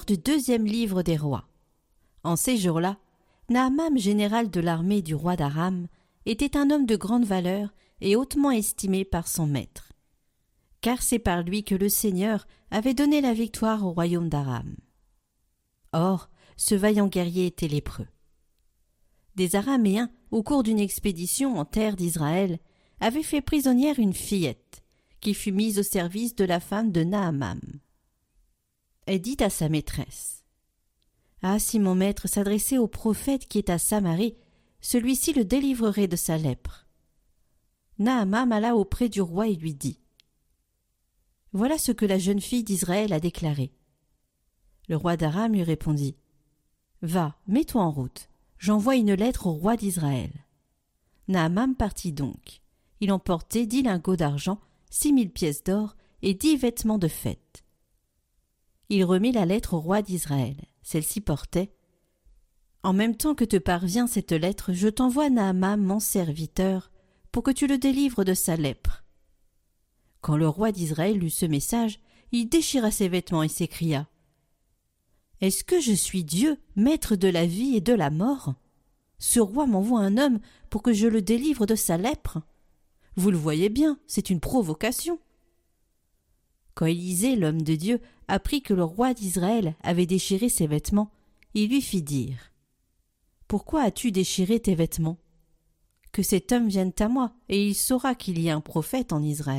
Lecture du 2e livre des rois. En ces jours-là, Naaman, général de l'armée du roi d'Aram, était un homme de grande valeur et hautement estimé par son maître, car c'est par lui que le Seigneur avait donné la victoire au royaume d'Aram. Or, ce vaillant guerrier était lépreux. Des Araméens, au cours d'une expédition en terre d'Israël, avaient fait prisonnière une fillette, qui fut mise au service de la femme de Naaman. Elle dit à sa maîtresse : « Ah, si mon maître s'adressait au prophète qui est à Samarie, celui-ci le délivrerait de sa lèpre. » Naaman alla auprès du roi et lui dit : « Voilà ce que la jeune fille d'Israël a déclaré. » Le roi d'Aram lui répondit : « Va, mets-toi en route, j'envoie une lettre au roi d'Israël. » Naaman partit donc. Il emportait 10 lingots d'argent, 6 000 pièces d'or et 10 vêtements de fête. Il remit la lettre au roi d'Israël. Celle-ci portait : « En même temps que te parvient cette lettre, je t'envoie Naaman, mon serviteur, pour que tu le délivres de sa lèpre. » Quand le roi d'Israël lut ce message, il déchira ses vêtements et s'écria : « Est-ce que je suis Dieu, maître de la vie et de la mort ? Ce roi m'envoie un homme pour que je le délivre de sa lèpre ? Vous le voyez bien, c'est une provocation. » Quand Élisée, l'homme de Dieu, apprit que le roi d'Israël avait déchiré ses vêtements, il lui fit dire : « Pourquoi as-tu déchiré tes vêtements ? Que cet homme vienne à moi, et il saura qu'il y a un prophète en Israël. »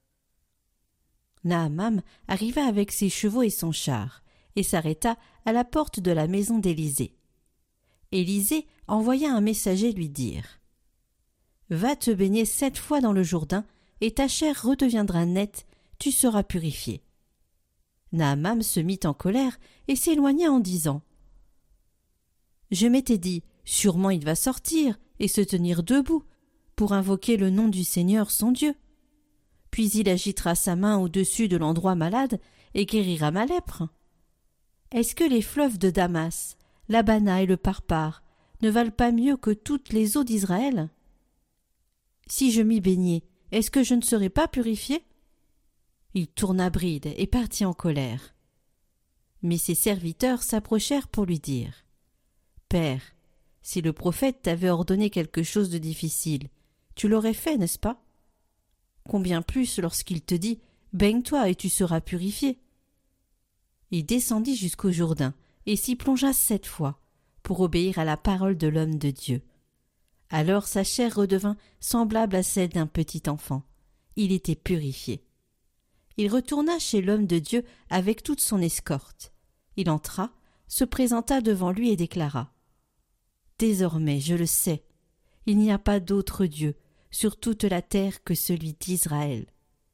Naaman arriva avec ses chevaux et son char, et s'arrêta à la porte de la maison d'Élisée. Élisée envoya un messager lui dire : « Va te baigner 7 fois dans le Jourdain, et ta chair redeviendra nette, tu seras purifié. » Naaman se mit en colère et s'éloigna en disant : « Je m'étais dit, sûrement il va sortir et se tenir debout pour invoquer le nom du Seigneur son Dieu. Puis il agitera sa main au-dessus de l'endroit malade et guérira ma lèpre. Est-ce que les fleuves de Damas, l'Abana et le Parpar ne valent pas mieux que toutes les eaux d'Israël ? Si je m'y baignais, est-ce que je ne serais pas purifié ? » Il tourna bride et partit en colère. Mais ses serviteurs s'approchèrent pour lui dire : « Père, si le prophète t'avait ordonné quelque chose de difficile, tu l'aurais fait, n'est-ce pas ? Combien plus lorsqu'il te dit : baigne-toi et tu seras purifié. » Il descendit jusqu'au Jourdain et s'y plongea 7 fois, pour obéir à la parole de l'homme de Dieu. Alors sa chair redevint semblable à celle d'un petit enfant. Il était purifié. Il retourna chez l'homme de Dieu avec toute son escorte. Il entra, se présenta devant lui et déclara : « Désormais, je le sais, il n'y a pas d'autre Dieu sur toute la terre que celui d'Israël. »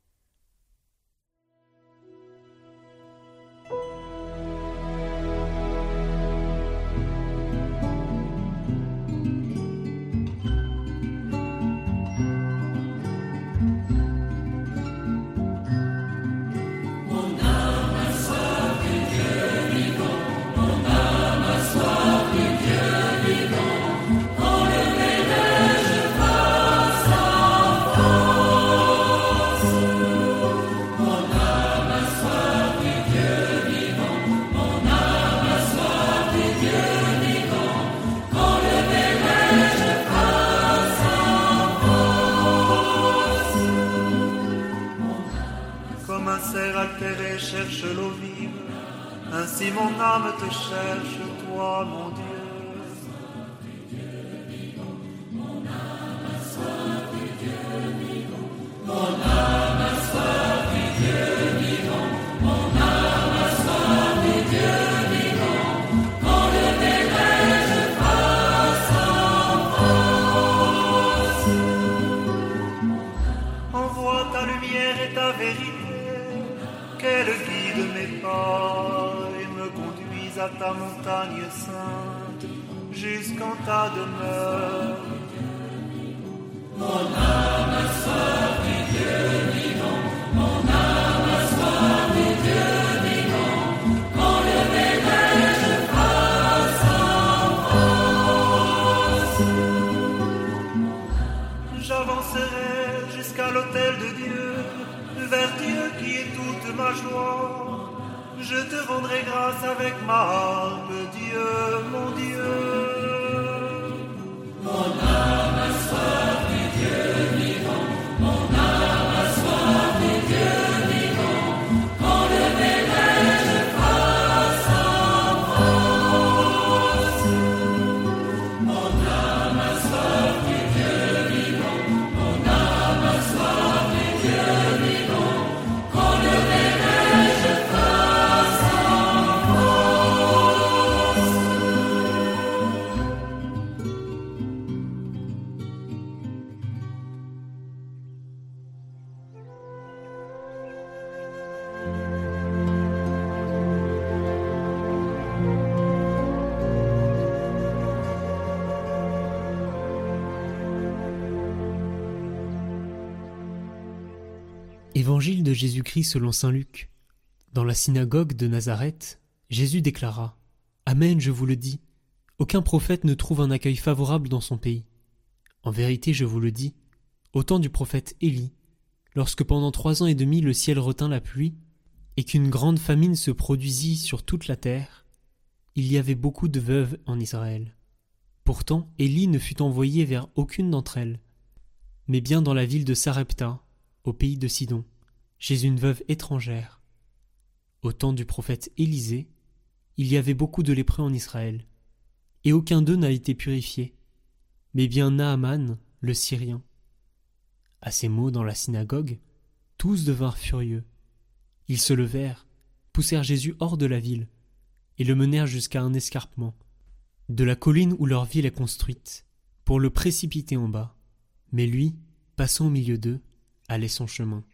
Altéré cherche l'eau vive, ainsi mon âme te cherche, toi mon Dieu. Mon âme a soif du Dieu vivant, mon âme a soif du Dieu vivant, mon âme a soif du Dieu vivant, quand le déluge passe en force. Envoie ta lumière et ta vérité, qu'elle guide mes pas et me conduise à ta montagne sainte, jusqu'en ta demeure. Mon âme a soif du Dieu vivant, mon âme a soif du Dieu vivant, quand le déluge passe en force. J'avancerai jusqu'à l'autel de Dieu, vers Dieu qui est toute ma joie. Je te rendrai grâce avec avec ma harpe, Dieu, mon Dieu. Mon âme a soif du Dieu vivant, mon âme a soif du Dieu vivant, quand le verrai-je face à face. Mon âme a soif du Dieu vivant, mon âme a soif du Dieu vivant, quand le verrai-je face à face. Évangile de Jésus-Christ selon saint Luc. Dans la synagogue de Nazareth, Jésus déclara : Amen, je vous le dis, aucun prophète ne trouve un accueil favorable dans son pays. En vérité, je vous le dis, au temps du prophète Élie, lorsque pendant 3 ans et demi le ciel retint la pluie, et qu'une grande famine se produisit sur toute la terre, il y avait beaucoup de veuves en Israël. Pourtant, Élie ne fut envoyé vers aucune d'entre elles, mais bien dans la ville de Sarepta, au pays de Sidon, chez une veuve étrangère. Au temps du prophète Élisée, il y avait beaucoup de lépreux en Israël, et aucun d'eux n'a été purifié, mais bien Naaman, le Syrien. À ces mots dans la synagogue, tous devinrent furieux. Ils se levèrent, poussèrent Jésus hors de la ville, et le menèrent jusqu'à un escarpement, de la colline où leur ville est construite, pour le précipiter en bas. Mais lui, passant au milieu d'eux, allait son chemin.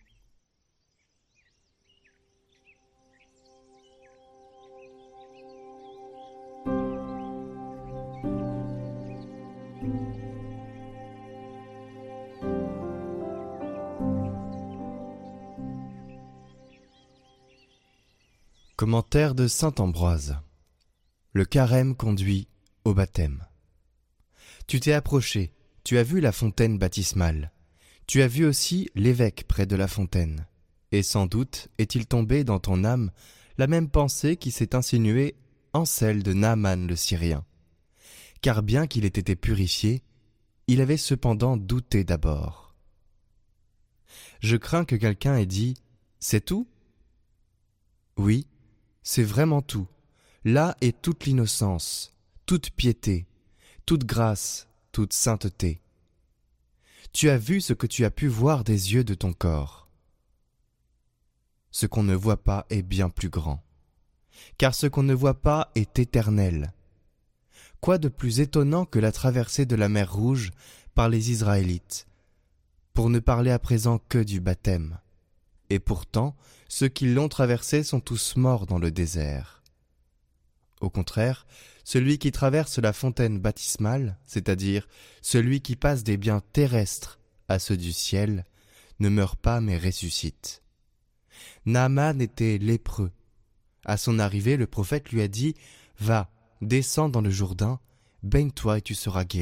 Commentaire de saint Ambroise. Le carême conduit au baptême. Tu t'es approché, tu as vu la fontaine baptismale. Tu as vu aussi l'évêque près de la fontaine. Et sans doute est-il tombé dans ton âme la même pensée qui s'est insinuée en celle de Naaman le Syrien. Car bien qu'il ait été purifié, il avait cependant douté d'abord. Je crains que quelqu'un ait dit « C'est tout ?» Oui, c'est vraiment tout. Là est toute l'innocence, toute piété, toute grâce, toute sainteté. Tu as vu ce que tu as pu voir des yeux de ton corps. Ce qu'on ne voit pas est bien plus grand, car ce qu'on ne voit pas est éternel. Quoi de plus étonnant que la traversée de la mer Rouge par les Israélites, pour ne parler à présent que du baptême. Et pourtant, ceux qui l'ont traversée sont tous morts dans le désert. Au contraire, celui qui traverse la fontaine baptismale, c'est-à-dire celui qui passe des biens terrestres à ceux du ciel, ne meurt pas mais ressuscite. Naaman était lépreux. À son arrivée, le prophète lui a dit « Va, descends dans le Jourdain, baigne-toi et tu seras guéri. »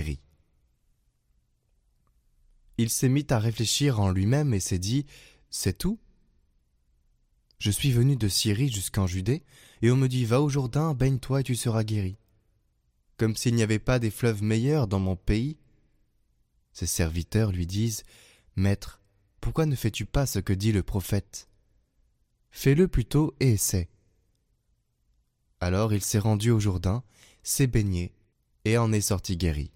Il s'est mis à réfléchir en lui-même et s'est dit « C'est tout ? Je suis venu de Syrie jusqu'en Judée, et on me dit « Va au Jourdain, baigne-toi et tu seras guéri. » Comme s'il n'y avait pas des fleuves meilleurs dans mon pays. Ses serviteurs lui disent « Maître, pourquoi ne fais-tu pas ce que dit le prophète ? Fais-le plutôt et essaie. » Alors il s'est rendu au Jourdain, s'est baigné, et en est sorti guéri.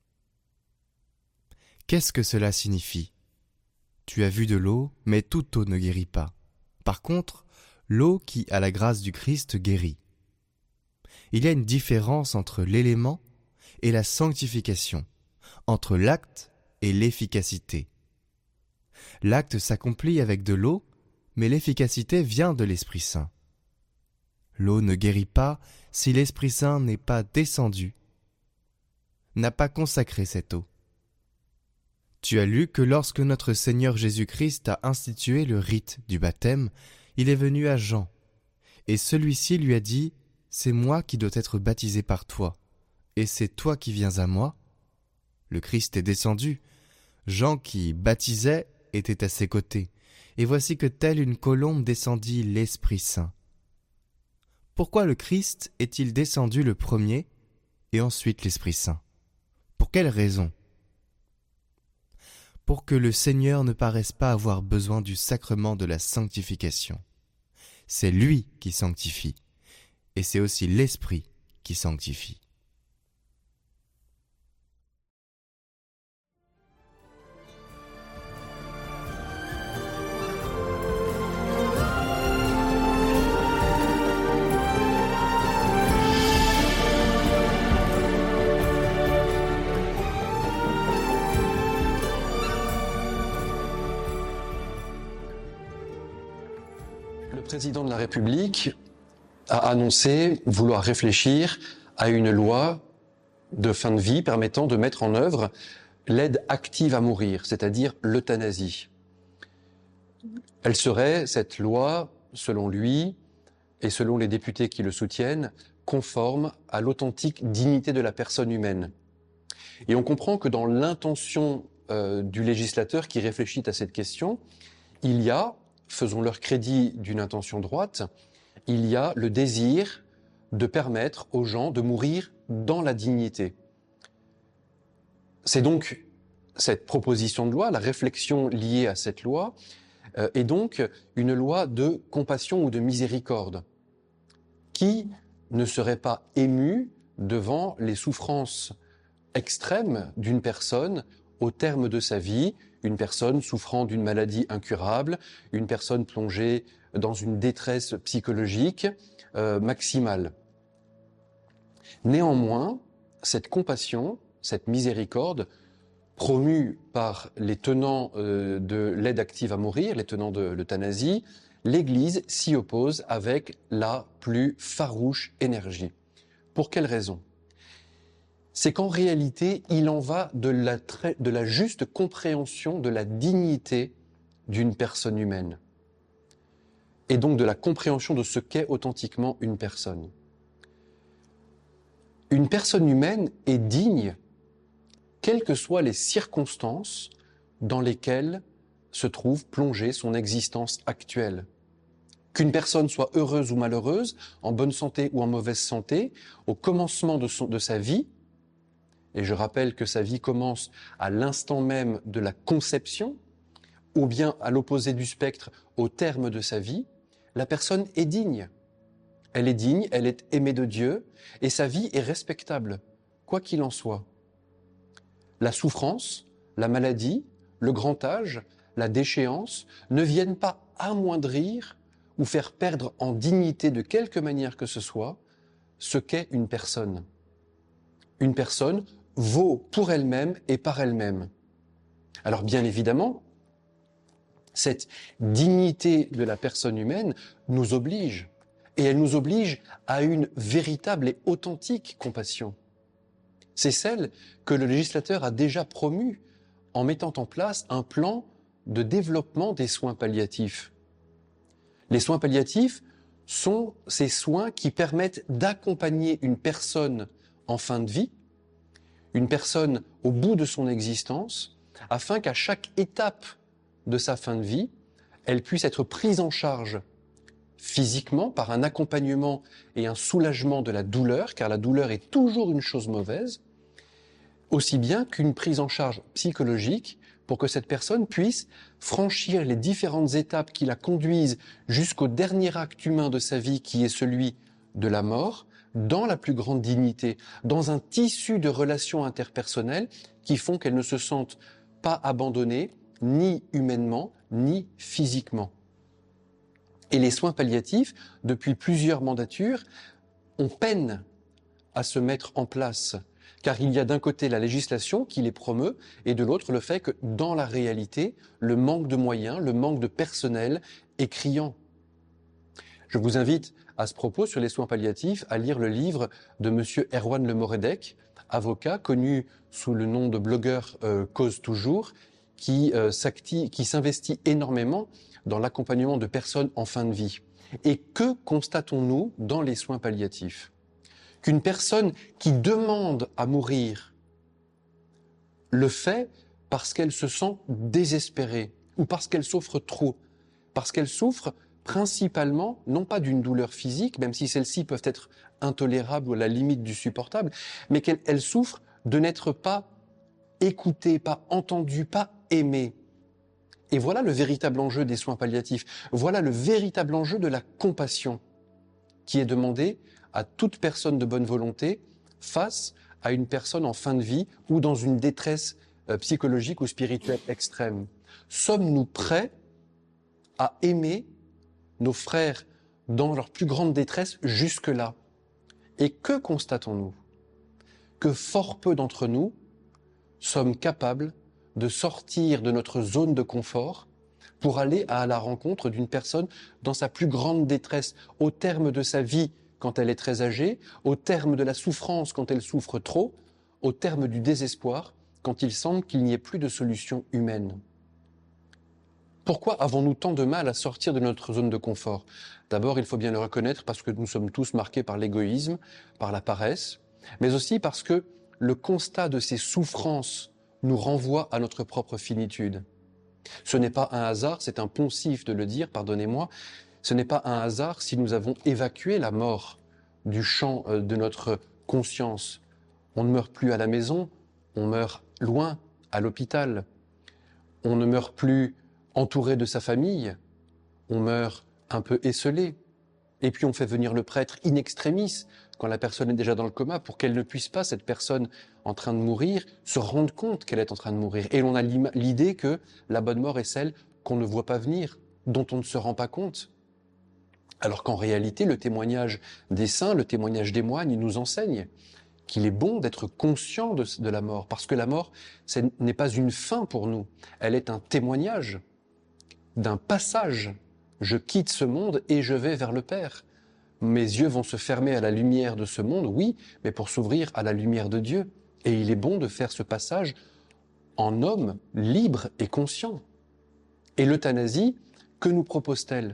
Qu'est-ce que cela signifie ? Tu as vu de l'eau, mais toute eau ne guérit pas. Par contre, l'eau qui a la grâce du Christ guérit. Il y a une différence entre l'élément et la sanctification, entre l'acte et l'efficacité. L'acte s'accomplit avec de l'eau, mais l'efficacité vient de l'Esprit Saint. L'eau ne guérit pas si l'Esprit Saint n'est pas descendu, n'a pas consacré cette eau. Tu as lu que lorsque notre Seigneur Jésus-Christ a institué le rite du baptême, il est venu à Jean, et celui-ci lui a dit « C'est moi qui dois être baptisé par toi, et c'est toi qui viens à moi ?» Le Christ est descendu. Jean qui baptisait était à ses côtés, et voici que telle une colombe descendit l'Esprit Saint. Pourquoi le Christ est-il descendu le premier et ensuite l'Esprit Saint? Pour quelle raison? Pour que le Seigneur ne paraisse pas avoir besoin du sacrement de la sanctification. C'est lui qui sanctifie, et c'est aussi l'Esprit qui sanctifie. Le président de la République a annoncé vouloir réfléchir à une loi de fin de vie permettant de mettre en œuvre l'aide active à mourir, c'est-à-dire l'euthanasie. Elle serait, cette loi, selon lui et selon les députés qui le soutiennent, conforme à l'authentique dignité de la personne humaine. Et on comprend que dans l'intention du législateur qui réfléchit à cette question, il y a, faisons-leur crédit d'une intention droite, il y a le désir de permettre aux gens de mourir dans la dignité. C'est donc cette proposition de loi, la réflexion liée à cette loi, est donc une loi de compassion ou de miséricorde. Qui ne serait pas ému devant les souffrances extrêmes d'une personne au terme de sa vie, une personne souffrant d'une maladie incurable, une personne plongée dans une détresse psychologique maximale. Néanmoins, cette compassion, cette miséricorde, promue par les tenants de l'aide active à mourir, les tenants de l'euthanasie, l'Église s'y oppose avec la plus farouche énergie. Pour quelle raison ? C'est qu'en réalité, il en va de la juste compréhension de la dignité d'une personne humaine, et donc de la compréhension de ce qu'est authentiquement une personne. Une personne humaine est digne, quelles que soient les circonstances dans lesquelles se trouve plongée son existence actuelle. Qu'une personne soit heureuse ou malheureuse, en bonne santé ou en mauvaise santé, au commencement de sa vie, et je rappelle que sa vie commence à l'instant même de la conception, ou bien à l'opposé du spectre, au terme de sa vie, la personne est digne. Elle est digne, elle est aimée de Dieu, et sa vie est respectable, quoi qu'il en soit. La souffrance, la maladie, le grand âge, la déchéance ne viennent pas amoindrir ou faire perdre en dignité de quelque manière que ce soit ce qu'est une personne. Une personne vaut pour elle-même et par elle-même. Alors bien évidemment, cette dignité de la personne humaine nous oblige, et elle nous oblige à une véritable et authentique compassion. C'est celle que le législateur a déjà promue en mettant en place un plan de développement des soins palliatifs. Les soins palliatifs sont ces soins qui permettent d'accompagner une personne en fin de vie, une personne au bout de son existence, afin qu'à chaque étape de sa fin de vie, elle puisse être prise en charge physiquement par un accompagnement et un soulagement de la douleur, car la douleur est toujours une chose mauvaise, aussi bien qu'une prise en charge psychologique pour que cette personne puisse franchir les différentes étapes qui la conduisent jusqu'au dernier acte humain de sa vie, qui est celui de la mort, dans la plus grande dignité, dans un tissu de relations interpersonnelles qui font qu'elle ne se sente pas abandonnée, ni humainement, ni physiquement. Et les soins palliatifs, depuis plusieurs mandatures, ont peine à se mettre en place, car il y a d'un côté la législation qui les promeut, et de l'autre le fait que, dans la réalité, le manque de moyens, le manque de personnel est criant. Je vous invite, à ce propos, sur les soins palliatifs, à lire le livre de M. Erwan Le Moredec, avocat connu sous le nom de blogueur Cause Toujours, qui s'investit énormément dans l'accompagnement de personnes en fin de vie. Et que constatons-nous dans les soins palliatifs ? Qu'une personne qui demande à mourir le fait parce qu'elle se sent désespérée ou parce qu'elle souffre trop, parce qu'elle souffre principalement, non pas d'une douleur physique, même si celles-ci peuvent être intolérables ou à la limite du supportable, mais qu'elle souffre de n'être pas écoutée, pas entendue, pas aimée. Et voilà le véritable enjeu des soins palliatifs. Voilà le véritable enjeu de la compassion qui est demandée à toute personne de bonne volonté face à une personne en fin de vie ou dans une détresse psychologique ou spirituelle extrême. Sommes-nous prêts à aimer nos frères dans leur plus grande détresse jusque-là? Et que constatons-nous? Que fort peu d'entre nous sommes capables de sortir de notre zone de confort pour aller à la rencontre d'une personne dans sa plus grande détresse, au terme de sa vie quand elle est très âgée, au terme de la souffrance quand elle souffre trop, au terme du désespoir quand il semble qu'il n'y ait plus de solution humaine. Pourquoi avons-nous tant de mal à sortir de notre zone de confort? D'abord, il faut bien le reconnaître parce que nous sommes tous marqués par l'égoïsme, par la paresse, mais aussi parce que le constat de ces souffrances nous renvoie à notre propre finitude. Ce n'est pas un hasard, c'est un poncif de le dire, pardonnez-moi, ce n'est pas un hasard si nous avons évacué la mort du champ de notre conscience. On ne meurt plus à la maison, on meurt loin, à l'hôpital. On ne meurt plus entouré de sa famille, on meurt un peu esseulé. Et puis on fait venir le prêtre in extremis, quand la personne est déjà dans le coma, pour qu'elle ne puisse pas, cette personne en train de mourir, se rendre compte qu'elle est en train de mourir. Et l'on a l'idée que la bonne mort est celle qu'on ne voit pas venir, dont on ne se rend pas compte. Alors qu'en réalité, le témoignage des saints, le témoignage des moines, il nous enseigne qu'il est bon d'être conscient de la mort, parce que la mort, ce n'est pas une fin pour nous, elle est un témoignage d'un passage. Je quitte ce monde et je vais vers le Père. Mes yeux vont se fermer à la lumière de ce monde, oui, mais pour s'ouvrir à la lumière de Dieu. Et il est bon de faire ce passage en homme libre et conscient. Et l'euthanasie, que nous propose-t-elle?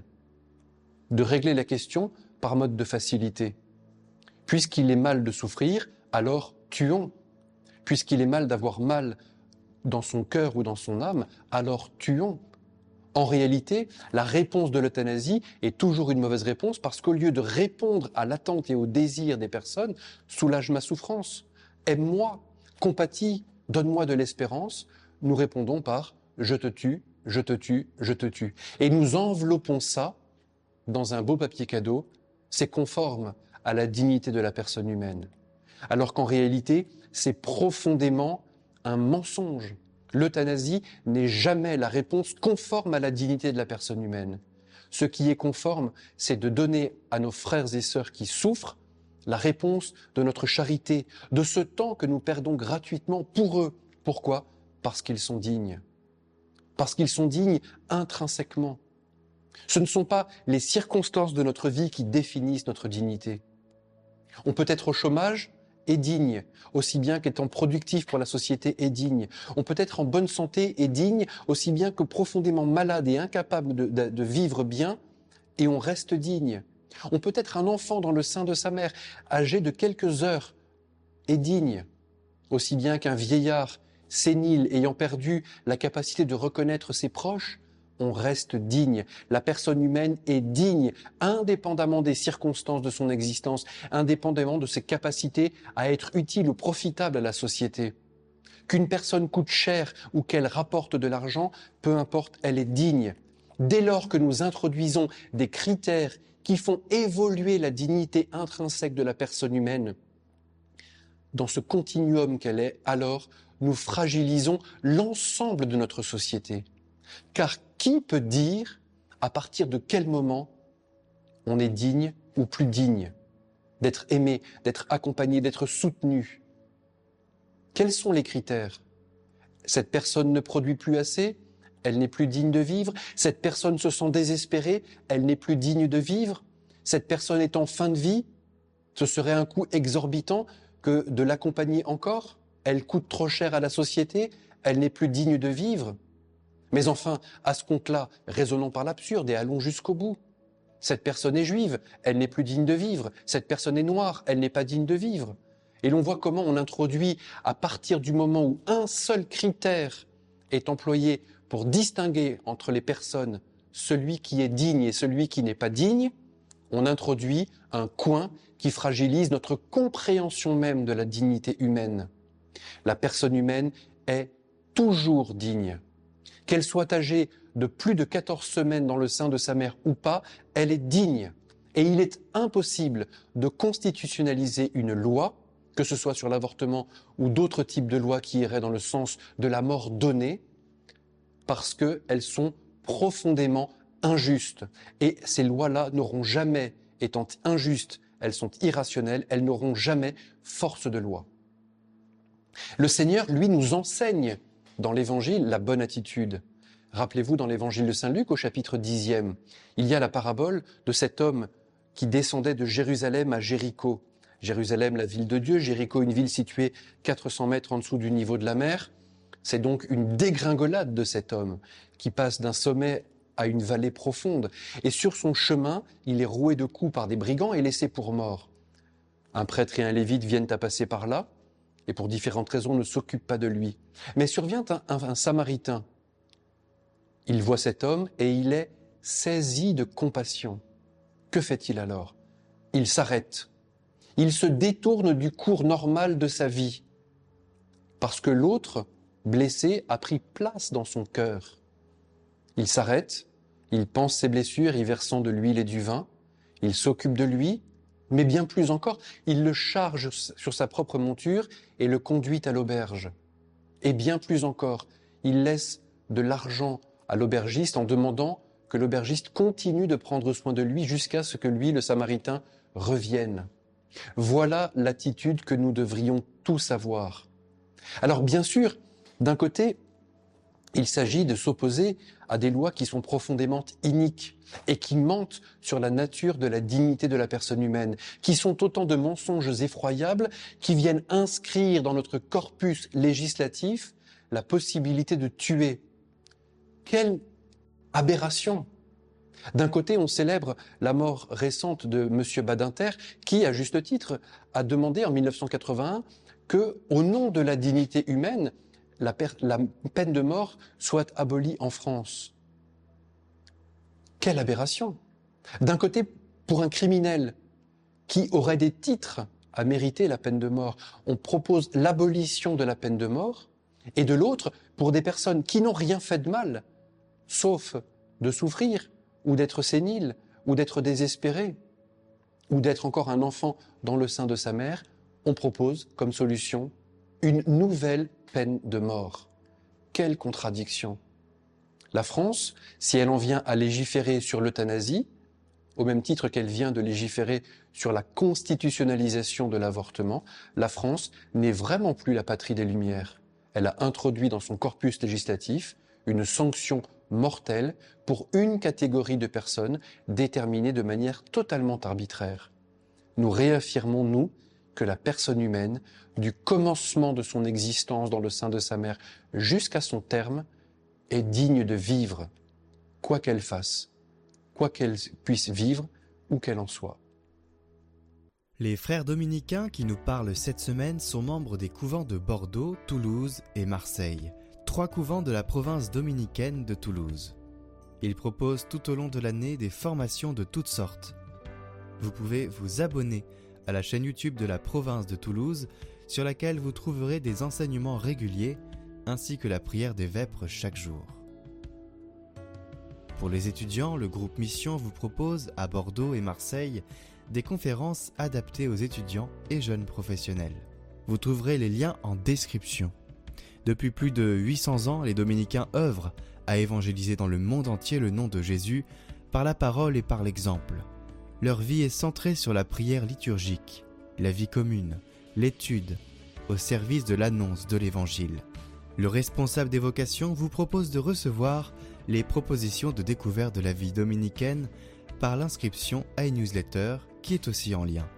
De régler la question par mode de facilité. Puisqu'il est mal de souffrir, alors tuons. Puisqu'il est mal d'avoir mal dans son cœur ou dans son âme, alors tuons. En réalité, la réponse de l'euthanasie est toujours une mauvaise réponse parce qu'au lieu de répondre à l'attente et au désir des personnes, soulage ma souffrance, aime-moi, compatis, donne-moi de l'espérance, nous répondons par « je te tue, je te tue, je te tue ». Et nous enveloppons ça dans un beau papier cadeau, c'est conforme à la dignité de la personne humaine. Alors qu'en réalité, c'est profondément un mensonge. L'euthanasie n'est jamais la réponse conforme à la dignité de la personne humaine. Ce qui est conforme, c'est de donner à nos frères et sœurs qui souffrent la réponse de notre charité, de ce temps que nous perdons gratuitement pour eux. Pourquoi? Parce qu'ils sont dignes. Parce qu'ils sont dignes intrinsèquement. Ce ne sont pas les circonstances de notre vie qui définissent notre dignité. On peut être au chômage et digne, aussi bien qu'étant productif pour la société et digne. On peut être en bonne santé et digne, aussi bien que profondément malade et incapable de vivre bien, et on reste digne. On peut être un enfant dans le sein de sa mère, âgé de quelques heures, et digne, aussi bien qu'un vieillard sénile ayant perdu la capacité de reconnaître ses proches, on reste digne. La personne humaine est digne, indépendamment des circonstances de son existence, indépendamment de ses capacités à être utile ou profitable à la société. Qu'une personne coûte cher ou qu'elle rapporte de l'argent, peu importe, elle est digne. Dès lors que nous introduisons des critères qui font évoluer la dignité intrinsèque de la personne humaine, dans ce continuum qu'elle est, alors nous fragilisons l'ensemble de notre société. Car qui peut dire à partir de quel moment on est digne ou plus digne d'être aimé, d'être accompagné, d'être soutenu? Quels sont les critères? Cette personne ne produit plus assez, elle n'est plus digne de vivre. Cette personne se sent désespérée, elle n'est plus digne de vivre. Cette personne est en fin de vie, ce serait un coût exorbitant que de l'accompagner encore. Elle coûte trop cher à la société, elle n'est plus digne de vivre. Mais enfin, à ce compte-là, raisonnons par l'absurde et allons jusqu'au bout. Cette personne est juive, elle n'est plus digne de vivre. Cette personne est noire, elle n'est pas digne de vivre. Et l'on voit comment on introduit, à partir du moment où un seul critère est employé pour distinguer entre les personnes celui qui est digne et celui qui n'est pas digne, on introduit un coin qui fragilise notre compréhension même de la dignité humaine. La personne humaine est toujours digne. Qu'elle soit âgée de plus de 14 semaines dans le sein de sa mère ou pas, elle est digne. Et il est impossible de constitutionnaliser une loi, que ce soit sur l'avortement ou d'autres types de lois qui iraient dans le sens de la mort donnée, parce qu'elles sont profondément injustes. Et ces lois-là n'auront jamais, étant injustes, elles sont irrationnelles, elles n'auront jamais force de loi. Le Seigneur, lui, nous enseigne dans l'Évangile la bonne attitude. Rappelez-vous, dans l'Évangile de Saint Luc, au chapitre 10e, il y a la parabole de cet homme qui descendait de Jérusalem à Jéricho. Jérusalem, la ville de Dieu, Jéricho, une ville située 400 mètres en dessous du niveau de la mer. C'est donc une dégringolade de cet homme qui passe d'un sommet à une vallée profonde. Et sur son chemin, il est roué de coups par des brigands et laissé pour mort. Un prêtre et un lévite viennent à passer par là et pour différentes raisons ne s'occupent pas de lui. Mais survient un Samaritain. Il voit cet homme et il est saisi de compassion. Que fait-il alors? Il s'arrête. Il se détourne du cours normal de sa vie parce que l'autre, blessé, a pris place dans son cœur. Il s'arrête, il pense ses blessures, y versant de l'huile et du vin, il s'occupe de lui, mais bien plus encore, il le charge sur sa propre monture et le conduit à l'auberge. Et bien plus encore, il laisse de l'argent à l'aubergiste en demandant que l'aubergiste continue de prendre soin de lui jusqu'à ce que lui, le Samaritain, revienne. Voilà l'attitude que nous devrions tous avoir. Alors bien sûr, d'un côté, il s'agit de s'opposer à des lois qui sont profondément iniques et qui mentent sur la nature de la dignité de la personne humaine, qui sont autant de mensonges effroyables qui viennent inscrire dans notre corpus législatif la possibilité de tuer. Quelle aberration! D'un côté, on célèbre la mort récente de M. Badinter, qui, à juste titre, a demandé en 1981 que, au nom de la dignité humaine, la peine de mort soit abolie en France. Quelle aberration! D'un côté, pour un criminel qui aurait des titres à mériter la peine de mort, on propose l'abolition de la peine de mort, et de l'autre, pour des personnes qui n'ont rien fait de mal, sauf de souffrir, ou d'être sénile, ou d'être désespéré, ou d'être encore un enfant dans le sein de sa mère, on propose comme solution une nouvelle peine de mort. Quelle contradiction! La France, si elle en vient à légiférer sur l'euthanasie, au même titre qu'elle vient de légiférer sur la constitutionnalisation de l'avortement, la France n'est vraiment plus la patrie des Lumières. Elle a introduit dans son corpus législatif une sanction mortelle pour une catégorie de personnes déterminée de manière totalement arbitraire. Nous réaffirmons, nous, que la personne humaine, du commencement de son existence dans le sein de sa mère jusqu'à son terme, est digne de vivre, quoi qu'elle fasse, quoi qu'elle puisse vivre ou qu'elle en soit. Les frères dominicains qui nous parlent cette semaine sont membres des couvents de Bordeaux, Toulouse et Marseille, 3 couvents de la province dominicaine de Toulouse. Ils proposent tout au long de l'année des formations de toutes sortes. Vous pouvez vous abonner à la chaîne YouTube de la province de Toulouse, sur laquelle vous trouverez des enseignements réguliers, ainsi que la prière des vêpres chaque jour. Pour les étudiants, le groupe Mission vous propose, à Bordeaux et Marseille, des conférences adaptées aux étudiants et jeunes professionnels. Vous trouverez les liens en description. Depuis plus de 800 ans, les dominicains œuvrent à évangéliser dans le monde entier le nom de Jésus par la parole et par l'exemple. Leur vie est centrée sur la prière liturgique, la vie commune, l'étude, au service de l'annonce de l'Évangile. Le responsable des vocations vous propose de recevoir les propositions de découverte de la vie dominicaine par l'inscription à une newsletter qui est aussi en lien.